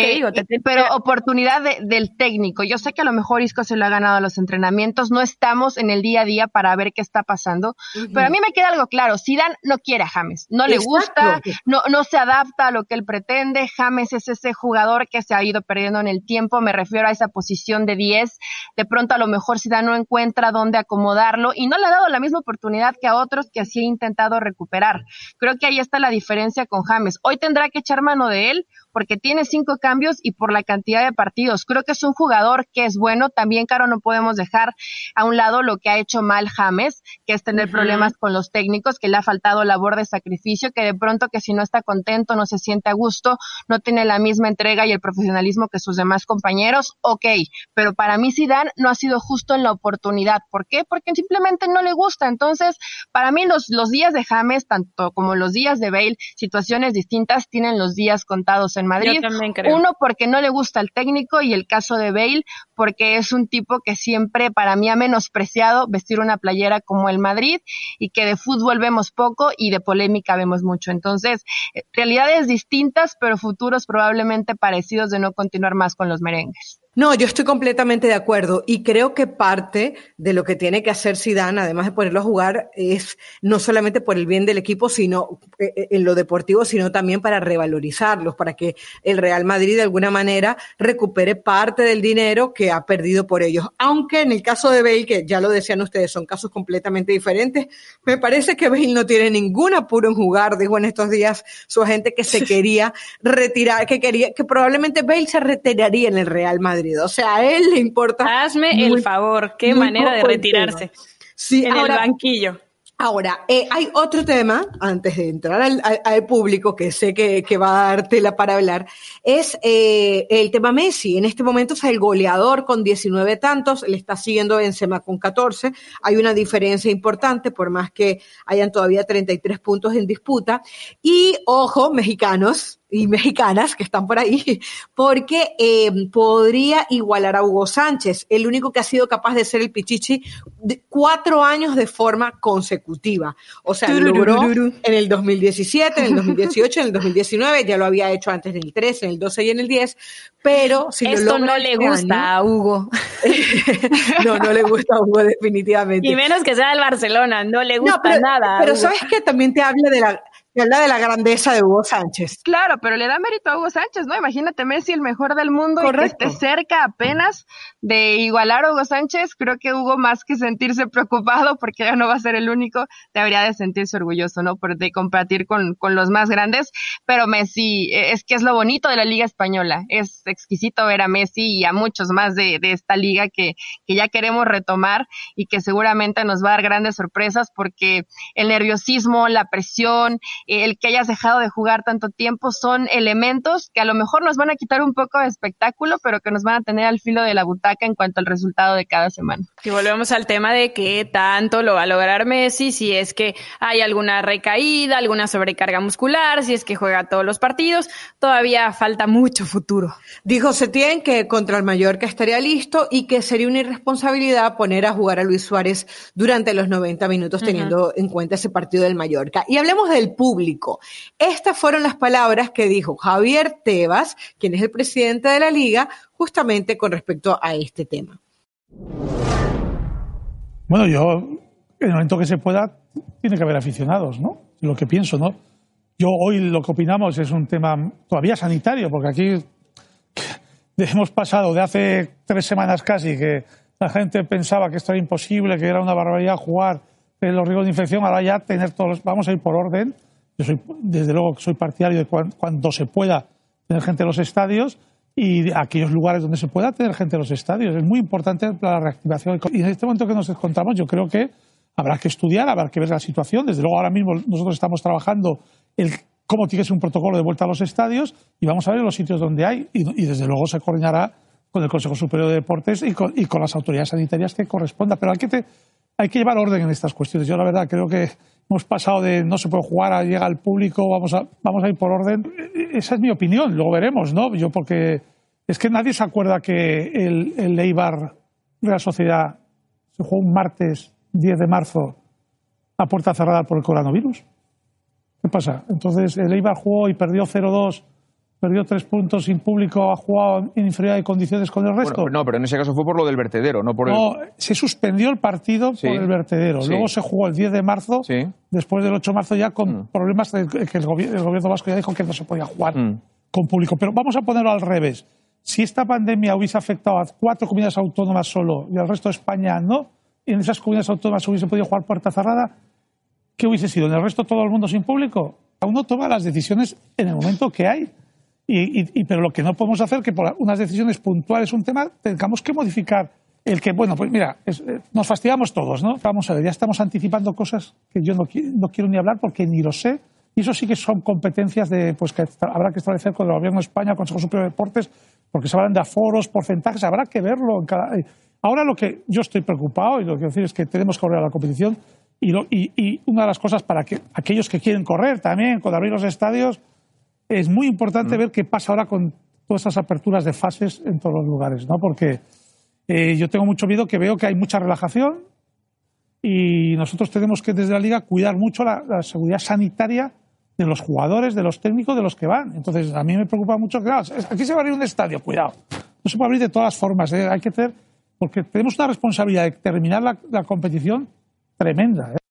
Pero oportunidad del técnico. Yo sé que a lo mejor Isco se lo ha ganado a los entrenamientos, no estamos en el día a día para ver qué está pasando, pero a mí me queda algo claro, Zidane no quiere a James, no le gusta, no se adapta a lo que él pretende. James es ese jugador que se ha ido perdiendo en el tiempo, me refiero a esa posición de 10, de pronto a lo mejor Zidane no encuentra dónde acomodarlo y no le ha dado la misma oportunidad que a otros que así ha intentado recuperar. Creo que ahí está la diferencia con James. Hoy tendrá que echar mano de él porque tiene 5 cambios y por la cantidad de partidos. Creo que es un jugador que es bueno. También, Caro, no podemos dejar a un lado lo que ha hecho mal James, que es tener problemas con los técnicos, que le ha faltado labor de sacrificio, que de pronto que si no está contento, no se siente a gusto, no tiene la misma entrega y el profesionalismo que sus demás compañeros. Ok, pero para mí Zidane no ha sido justo en la oportunidad. ¿Por qué? Porque simplemente no le gusta. Entonces, para mí los días de James, tanto como los días de Bale, situaciones distintas, tienen los días contados en Madrid. Yo también creo. Uno, porque no le gusta el técnico, y el caso de Bale, porque es un tipo que siempre para mí ha menospreciado vestir una playera como el Madrid y que de fútbol vemos poco y de polémica vemos mucho. Entonces, realidades distintas, pero futuros probablemente parecidos de no continuar más con los merengues. No, yo estoy completamente de acuerdo y creo que parte de lo que tiene que hacer Zidane, además de ponerlo a jugar, es no solamente por el bien del equipo, sino en lo deportivo, sino también para revalorizarlos, para que el Real Madrid de alguna manera recupere parte del dinero que ha perdido por ellos. Aunque en el caso de Bale, que ya lo decían ustedes, son casos completamente diferentes, me parece que Bale no tiene ningún apuro en jugar. Dijo en estos días su agente que se quería retirar, que probablemente Bale se retiraría en el Real Madrid. O sea, a él le importa. Hazme el favor, qué manera de retirarse. Sí, en ahora, el banquillo. Ahora, hay otro tema, antes de entrar al público, que sé que va a dar tela para hablar, es el tema Messi. En este momento es el goleador con 19 tantos, le está siguiendo Benzema con 14. Hay una diferencia importante, por más que hayan todavía 33 puntos en disputa. Y, ojo, mexicanos y mexicanas que están por ahí, porque podría igualar a Hugo Sánchez, el único que ha sido capaz de ser el Pichichi 4 años de forma consecutiva. O sea, logró en el 2017, en el 2018, en el 2019, ya lo había hecho antes en el 13, en el 12 y en el 10, pero si esto lo logra no le gusta a Hugo. No le gusta a Hugo definitivamente. Y menos que sea del Barcelona, no le gusta nada. Pero sabes que también te habla de la grandeza de Hugo Sánchez. Claro, pero le da mérito a Hugo Sánchez, ¿no? Imagínate, Messi, el mejor del mundo, correcto, y que esté cerca apenas de igualar a Hugo Sánchez. Creo que Hugo, más que sentirse preocupado, porque ya no va a ser el único, debería de sentirse orgulloso, ¿no? De compartir con los más grandes. Pero Messi, es que es lo bonito de la Liga Española. Es exquisito ver a Messi y a muchos más de esta liga que ya queremos retomar y que seguramente nos va a dar grandes sorpresas, porque el nerviosismo, la presión, el que hayas dejado de jugar tanto tiempo son elementos que a lo mejor nos van a quitar un poco de espectáculo, pero que nos van a tener al filo de la butaca en cuanto al resultado de cada semana. Y volvemos al tema de qué tanto lo va a lograr Messi, si es que hay alguna recaída, alguna sobrecarga muscular, si es que juega todos los partidos. Todavía falta mucho futuro. Dijo Setién que contra el Mallorca estaría listo y que sería una irresponsabilidad poner a jugar a Luis Suárez durante los 90 minutos teniendo en cuenta ese partido del Mallorca. Y hablemos del público. Estas fueron las palabras que dijo Javier Tebas, quien es el presidente de la Liga, justamente con respecto a este tema. Bueno, yo, en el momento que se pueda, tiene que haber aficionados, ¿no? Lo que pienso, ¿no? Yo hoy lo que opinamos es un tema todavía sanitario, porque aquí hemos pasado de hace 3 semanas casi que la gente pensaba que esto era imposible, que era una barbaridad jugar en los riesgos de infección, ahora ya tener todos, vamos a ir por orden. Yo desde luego soy partidario de cuando se pueda tener gente en los estadios y de aquellos lugares donde se pueda tener gente en los estadios. Es muy importante la reactivación. Y en este momento que nos encontramos, yo creo que habrá que estudiar, habrá que ver la situación. Desde luego ahora mismo nosotros estamos trabajando cómo tiene que ser un protocolo de vuelta a los estadios y vamos a ver los sitios donde hay y desde luego se coordinará con el Consejo Superior de Deportes y con las autoridades sanitarias que corresponda. Pero hay que llevar orden en estas cuestiones. Yo la verdad creo que hemos pasado de no se puede jugar, llega al público, vamos a ir por orden. Esa es mi opinión, luego veremos, ¿no? Yo porque es que nadie se acuerda que el Eibar Real Sociedad se jugó un martes 10 de marzo a puerta cerrada por el coronavirus. ¿Qué pasa? Entonces el Eibar jugó y perdió 0-2 perdió 3 puntos sin público, ha jugado en inferioridad de condiciones con el resto. Bueno, no, pero en ese caso fue por lo del vertedero, no por No, se suspendió el partido Sí. por el vertedero. Sí. Luego se jugó el 10 de marzo, Sí. después del 8 de marzo ya con problemas que el gobierno vasco ya dijo que no se podía jugar con público. Pero vamos a ponerlo al revés. Si esta pandemia hubiese afectado a 4 comunidades autónomas solo y al resto de España no, y en esas comunidades autónomas hubiese podido jugar puerta cerrada, ¿qué hubiese sido? ¿En el resto todo el mundo sin público? Uno toma las decisiones en el momento que hay. Pero lo que no podemos hacer es que por unas decisiones puntuales, un tema, tengamos que modificar el que, bueno, pues mira, nos fastidiamos todos, ¿no? Vamos a ver, ya estamos anticipando cosas que yo no quiero ni hablar porque ni lo sé. Y eso sí que son competencias pues que habrá que establecer con el Gobierno de España, el Consejo Superior de Deportes, porque se hablan de aforos, porcentajes, habrá que verlo. Ahora lo que yo estoy preocupado, y lo que quiero decir es que tenemos que volver a la competición, y una de las cosas para que aquellos que quieren correr también, con abrir los estadios, es muy importante ver qué pasa ahora con todas esas aperturas de fases en todos los lugares, ¿no? Porque yo tengo mucho miedo que veo que hay mucha relajación y nosotros tenemos que desde la Liga cuidar mucho la seguridad sanitaria de los jugadores, de los técnicos, de los que van. Entonces, a mí me preocupa mucho que, claro, aquí se va a abrir un estadio, cuidado. No se puede abrir de todas las formas, ¿eh? Hay que tener, porque tenemos una responsabilidad de terminar la competición tremenda, ¿eh?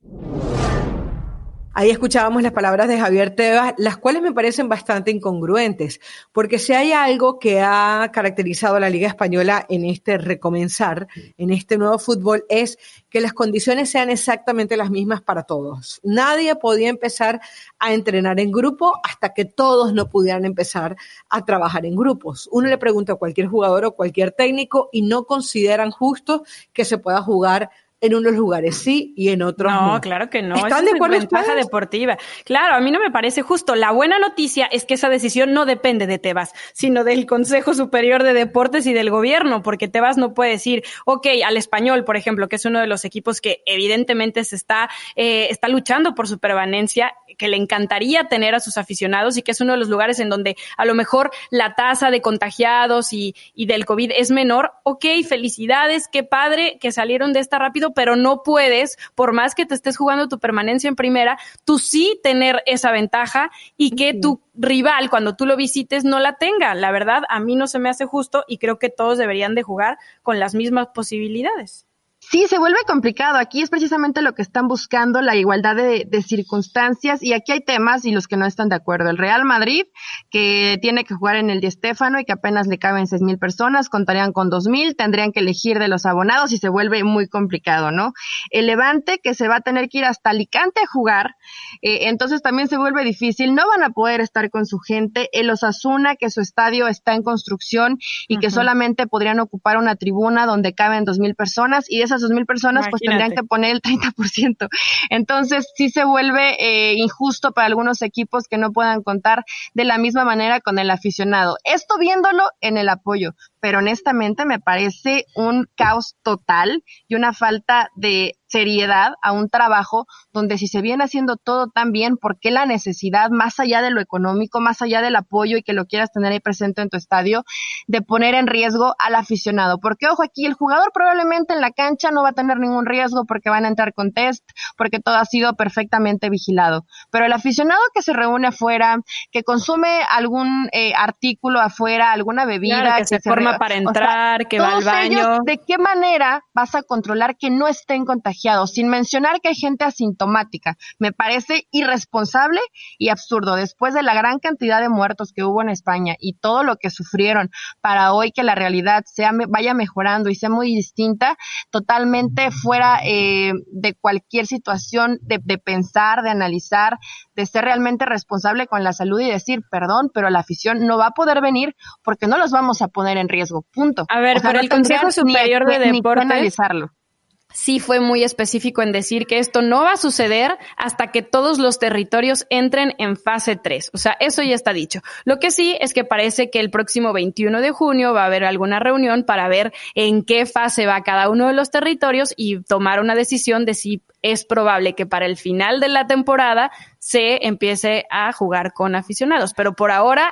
Ahí escuchábamos las palabras de Javier Tebas, las cuales me parecen bastante incongruentes, porque si hay algo que ha caracterizado a la Liga Española en este recomenzar, en este nuevo fútbol, es que las condiciones sean exactamente las mismas para todos. Nadie podía empezar a entrenar en grupo hasta que todos no pudieran empezar a trabajar en grupos. Uno le pregunta a cualquier jugador o cualquier técnico y no consideran justo que se pueda jugar en unos lugares sí y en otros no. No, claro que no. ¿Están Eso de acuerdo es ventaja ustedes? deportiva. Claro, a mí no me parece justo. La buena noticia es que esa decisión no depende de Tebas, sino del Consejo Superior de Deportes y del gobierno, porque Tebas no puede decir, ok, al Español, por ejemplo, que es uno de los equipos que evidentemente se está luchando por su permanencia, que le encantaría tener a sus aficionados y que es uno de los lugares en donde a lo mejor la tasa de contagiados y del COVID es menor. Ok, felicidades, qué padre que salieron de esta rápido, pero no puedes, por más que te estés jugando tu permanencia en primera, tú sí tener esa ventaja y que tu rival, cuando tú lo visites, no la tenga. La verdad, a mí no se me hace justo y creo que todos deberían de jugar con las mismas posibilidades. Sí, se vuelve complicado. Aquí es precisamente lo que están buscando, la igualdad de circunstancias, y aquí hay temas y los que no están de acuerdo. El Real Madrid, que tiene que jugar en el Di Stéfano y que apenas le caben 6,000 personas, contarían con 2,000, tendrían que elegir de los abonados y se vuelve muy complicado, ¿no? El Levante, que se va a tener que ir hasta Alicante a jugar, entonces también se vuelve difícil, no van a poder estar con su gente. El Osasuna, que su estadio está en construcción y que solamente podrían ocupar una tribuna donde caben 2,000 personas, y de esas 2,000 personas pues tendrían que poner el 30%. Entonces sí se vuelve injusto para algunos equipos que no puedan contar de la misma manera con el aficionado. Esto viéndolo en el apoyo, pero honestamente me parece un caos total y una falta de seriedad a un trabajo donde si se viene haciendo todo tan bien, ¿por qué la necesidad, más allá de lo económico, más allá del apoyo y que lo quieras tener ahí presente en tu estadio, de poner en riesgo al aficionado? Porque, ojo, aquí el jugador probablemente en la cancha no va a tener ningún riesgo porque van a entrar con test, porque todo ha sido perfectamente vigilado. Pero el aficionado que se reúne afuera, que consume algún artículo afuera, alguna bebida, claro, que se forma para entrar, o sea, que va al baño. Ellos, ¿de qué manera vas a controlar que no estén contagiados? Sin mencionar que hay gente asintomática. Me parece irresponsable y absurdo. Después de la gran cantidad de muertos que hubo en España y todo lo que sufrieron para hoy que la realidad vaya mejorando y sea muy distinta, totalmente fuera de cualquier situación de pensar, de analizar, de ser realmente responsable con la salud y decir, perdón, pero la afición no va a poder venir porque no los vamos a poner en riesgo, punto. A ver, pero el Consejo Superior de Deportes analizarlo. Sí fue muy específico en decir que esto no va a suceder hasta que todos los territorios entren en fase 3. O sea, eso ya está dicho. Lo que sí es que parece que el próximo 21 de junio va a haber alguna reunión para ver en qué fase va cada uno de los territorios y tomar una decisión de si es probable que para el final de la temporada se empiece a jugar con aficionados. Pero por ahora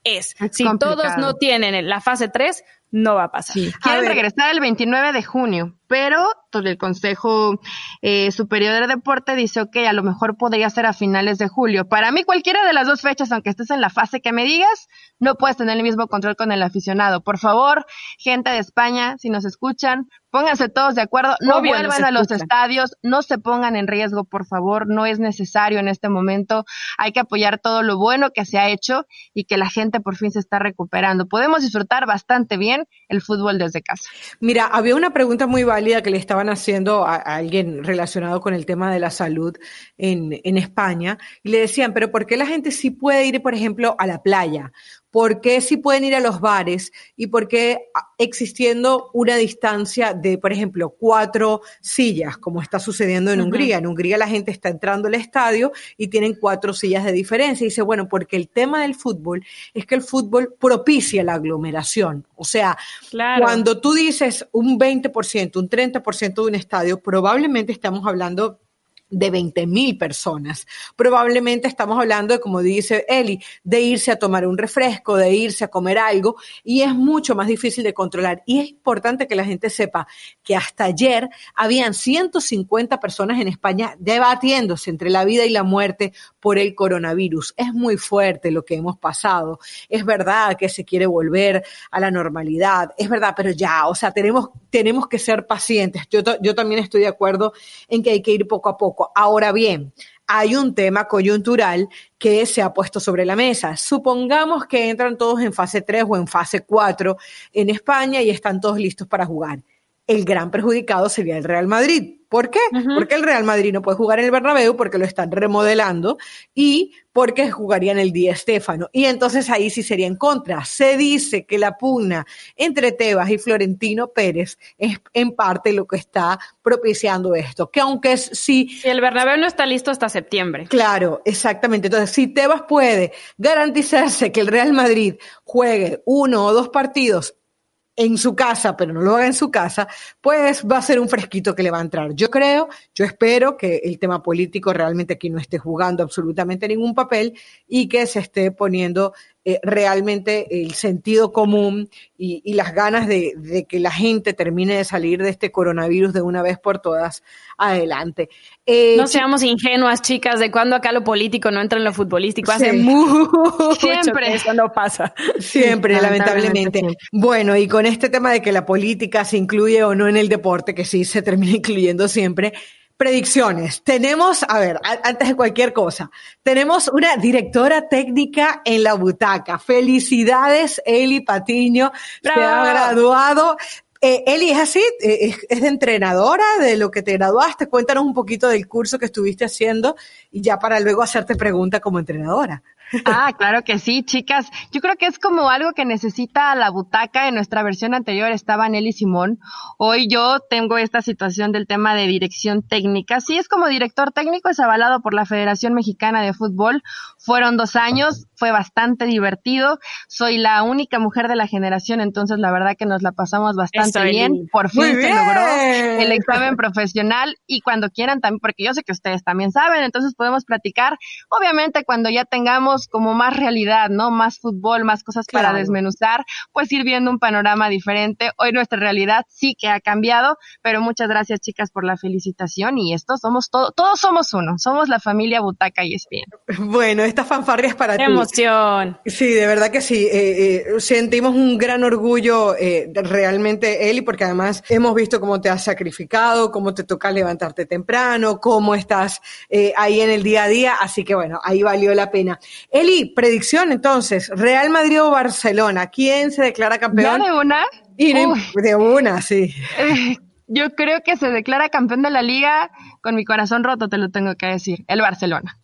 es. Es Si complicado. todos no tienen la fase 3, no va a pasar. Sí. Quieren regresar el 29 de junio, pero el Consejo Superior de Deporte dice, ok, a lo mejor podría ser a finales de julio. Para mí, cualquiera de las dos fechas, aunque estés en la fase que me digas, no puedes tener el mismo control con el aficionado. Por favor, gente de España, si nos escuchan, pónganse todos de acuerdo, no Obvio, vuelvan a los estadios, no se pongan en riesgo, por favor, no es necesario en este momento. Hay que apoyar todo lo bueno que se ha hecho y que la gente por fin se está recuperando. Podemos disfrutar bastante bien el fútbol desde casa. Mira, había una pregunta muy válida que le estaban haciendo a alguien relacionado con el tema de la salud en España y le decían, pero ¿por qué la gente sí puede ir, por ejemplo, a la playa? ¿Por qué sí pueden ir a los bares? ¿Y por qué existiendo una distancia de, por ejemplo, 4 sillas, como está sucediendo en Hungría? En Hungría la gente está entrando al estadio y tienen 4 sillas de diferencia. Y dice, bueno, porque el tema del fútbol es que el fútbol propicia la aglomeración. O sea, claro, cuando tú dices un 20%, un 30% de un estadio, probablemente estamos hablando de 20,000 personas. Probablemente estamos hablando de, como dice Eli, de irse a tomar un refresco, de irse a comer algo, y es mucho más difícil de controlar. Y es importante que la gente sepa que hasta ayer habían 150 personas en España debatiéndose entre la vida y la muerte por el coronavirus. Es muy fuerte lo que hemos pasado. Es verdad que se quiere volver a la normalidad, es verdad, pero ya, o sea, tenemos que ser pacientes. Yo también estoy de acuerdo en que hay que ir poco a poco. Ahora bien, hay un tema coyuntural que se ha puesto sobre la mesa. Supongamos que entran todos en fase 3 o en fase 4 en España y están todos listos para jugar. El gran perjudicado sería el Real Madrid. ¿Por qué? Porque el Real Madrid no puede jugar en el Bernabéu porque lo están remodelando y porque jugaría en el Di Stéfano. Y entonces ahí sí sería en contra. Se dice que la pugna entre Tebas y Florentino Pérez es en parte lo que está propiciando esto. Que aunque si el Bernabéu no está listo hasta septiembre. Claro, exactamente. Entonces, si Tebas puede garantizarse que el Real Madrid juegue 1 o 2 partidos en su casa, pero no lo haga en su casa, pues va a ser un fresquito que le va a entrar. Yo espero que el tema político realmente aquí no esté jugando absolutamente ningún papel y que se esté poniendo realmente el sentido común y las ganas de que la gente termine de salir de este coronavirus de una vez por todas adelante. No seamos ingenuas, chicas, de cuando acá lo político no entra en lo futbolístico. Hace Sí. mucho Siempre. que eso no pasa. Siempre, lamentablemente. Siempre. Bueno, y con este tema de que la política se incluye o no en el deporte, que sí se termina incluyendo siempre, predicciones. Tenemos, a ver, antes de cualquier cosa, tenemos una directora técnica en la butaca. Felicidades, Eli Patiño. ¡Bravo! Se ha graduado. Eli, ¿es así? ¿Es de entrenadora de lo que te graduaste? Cuéntanos un poquito del curso que estuviste haciendo y ya para luego hacerte pregunta como entrenadora. Ah, claro que sí, chicas. Yo creo que es como algo que necesita la butaca. En nuestra versión anterior estaba Nelly Simón. Hoy yo tengo esta situación del tema de dirección técnica. Sí, es como director técnico, es avalado por la Federación Mexicana de Fútbol. Fueron 2 años, fue bastante divertido. Soy la única mujer de la generación, entonces la verdad que nos la pasamos bastante bien. Por fin se logró el examen profesional y cuando quieran también, porque yo sé que ustedes también saben, entonces podemos platicar. Obviamente cuando ya tengamos como más realidad, ¿no? Más fútbol, más cosas para desmenuzar, pues ir viendo un panorama diferente. Hoy nuestra realidad sí que ha cambiado, pero muchas gracias, chicas, por la felicitación y esto somos todos somos uno, somos la familia Butaca y ESPN. Bueno, esta fanfarria es para ti. ¡Qué emoción! Sí, de verdad que sí. Sentimos un gran orgullo realmente, Eli, porque además hemos visto cómo te has sacrificado, cómo te toca levantarte temprano, cómo estás ahí en el día a día, así que bueno, ahí valió la pena. Eli, predicción entonces, ¿Real Madrid o Barcelona? ¿Quién se declara campeón? ¿Ya de una? Y de una, sí. Yo creo que se declara campeón de la liga con mi corazón roto, te lo tengo que decir, el Barcelona.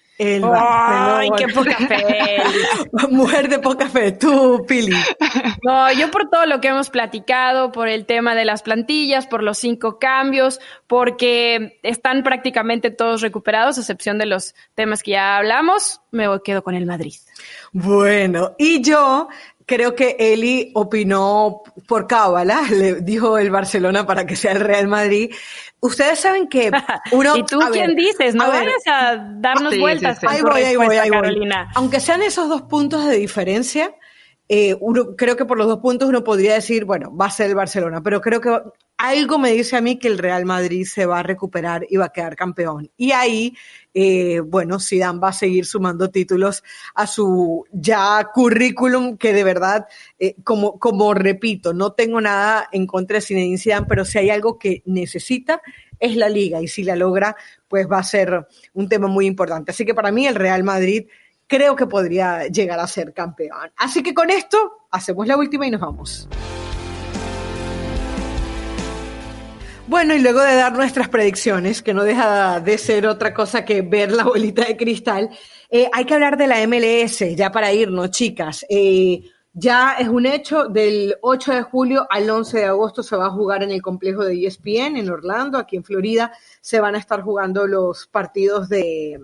¡Ay, qué poca fe! Mujer de poca fe, tú, Pili. No, yo por todo lo que hemos platicado, por el tema de las plantillas, por los 5 cambios, porque están prácticamente todos recuperados, a excepción de los temas que ya hablamos, me quedo con el Madrid. Bueno, y yo creo que Eli opinó por cábala, le dijo el Barcelona para que sea el Real Madrid. Ustedes saben que uno... ¿Y tú quién dices? No vayas a darnos vueltas con tu respuesta, Carolina. Aunque sean esos 2 puntos de diferencia, creo que por los 2 puntos uno podría decir, bueno, va a ser el Barcelona, pero creo que algo me dice a mí que el Real Madrid se va a recuperar y va a quedar campeón. Y ahí, bueno, Zidane va a seguir sumando títulos a su ya currículum, que de verdad, como repito, no tengo nada en contra de Zinedine Zidane, pero si hay algo que necesita es la Liga, y si la logra, pues va a ser un tema muy importante. Así que para mí el Real Madrid creo que podría llegar a ser campeón. Así que con esto hacemos la última y nos vamos. Bueno, y luego de dar nuestras predicciones, que no deja de ser otra cosa que ver la bolita de cristal, hay que hablar de la MLS, ya para irnos, chicas. Ya es un hecho, del 8 de julio al 11 de agosto se va a jugar en el complejo de ESPN en Orlando, aquí en Florida. Se van a estar jugando los partidos de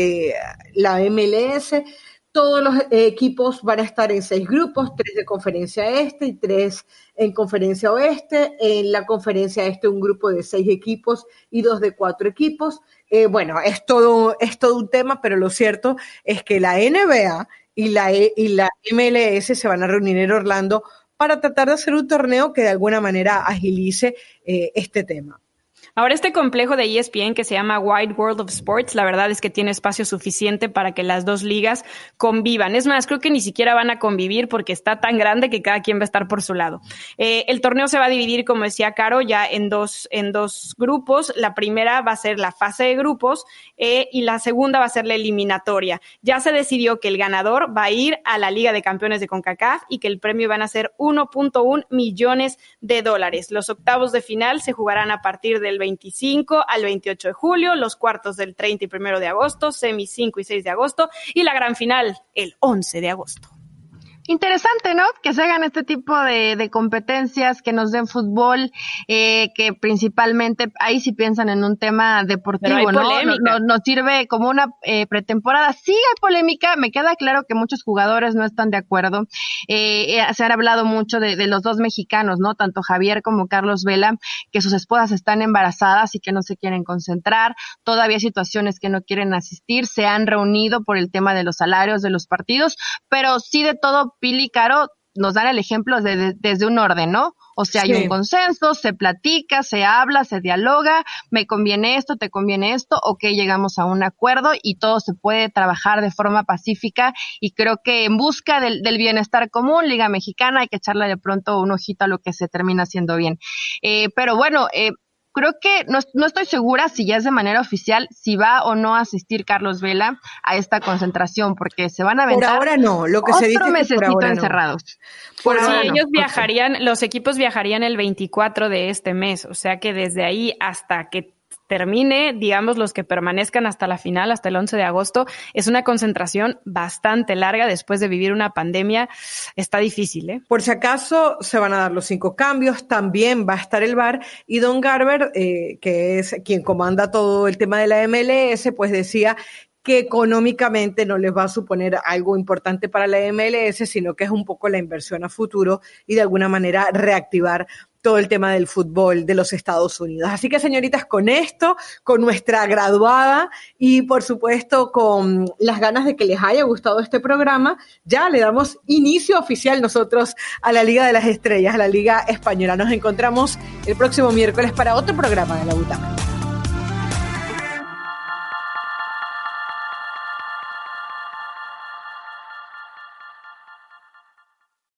la MLS. Todos los equipos van a estar en 6 grupos, 3 de conferencia este y 3 en conferencia oeste. En la conferencia este un grupo de 6 equipos y 2 de 4 equipos. Bueno, es todo un tema, pero lo cierto es que la NBA y la MLS se van a reunir en Orlando para tratar de hacer un torneo que de alguna manera agilice este tema. Ahora, este complejo de ESPN que se llama Wide World of Sports, la verdad es que tiene espacio suficiente para que las 2 ligas convivan. Es más, creo que ni siquiera van a convivir porque está tan grande que cada quien va a estar por su lado. El torneo se va a dividir, como decía Caro, ya en dos grupos. La primera va a ser la fase de grupos y la segunda va a ser la eliminatoria. Ya se decidió que el ganador va a ir a la Liga de Campeones de CONCACAF y que el premio van a ser $1.1 millones. Los octavos de final se jugarán a partir del 25 al 28 de julio, los cuartos del 30 y 1 de agosto, semis 5 y 6 de agosto y la gran final el 11 de agosto. Interesante, ¿no? Que se hagan este tipo de competencias, que nos den fútbol, que principalmente ahí sí piensan en un tema deportivo, ¿no? Nos sirve como una pretemporada. Sí hay polémica, me queda claro que muchos jugadores no están de acuerdo. Se han hablado mucho de los 2 mexicanos, ¿no? Tanto Javier como Carlos Vela, que sus esposas están embarazadas y que no se quieren concentrar. Todavía hay situaciones que no quieren asistir. Se han reunido por el tema de los salarios de los partidos, pero sí de todo, Pili y Caro nos dan el ejemplo desde un orden, ¿no? O sea, hay un consenso, se platica, se habla, se dialoga, me conviene esto, te conviene esto, ok, llegamos a un acuerdo y todo se puede trabajar de forma pacífica y creo que en busca del bienestar común, Liga Mexicana, hay que echarle de pronto un ojito a lo que se termina haciendo bien. Pero bueno, creo que no estoy segura si ya es de manera oficial, si va o no a asistir Carlos Vela a esta concentración, porque se van a aventar. Por ahora no, lo que se dice es que por ahora encerrados. No. Ellos viajarían, los equipos viajarían el 24 de este mes, o sea que desde ahí hasta que termine, digamos, los que permanezcan hasta la final, hasta el 11 de agosto, es una concentración bastante larga después de vivir una pandemia. Está difícil, ¿eh? Por si acaso, se van a dar los 5 cambios, también va a estar el VAR, y Don Garber, que es quien comanda todo el tema de la MLS, pues decía que económicamente no les va a suponer algo importante para la MLS, sino que es un poco la inversión a futuro y de alguna manera reactivar todo el tema del fútbol de los Estados Unidos. Así que, señoritas, con esto, con nuestra graduada y, por supuesto, con las ganas de que les haya gustado este programa, ya le damos inicio oficial nosotros a la Liga de las Estrellas, a la Liga Española. Nos encontramos el próximo miércoles para otro programa de La Butaca.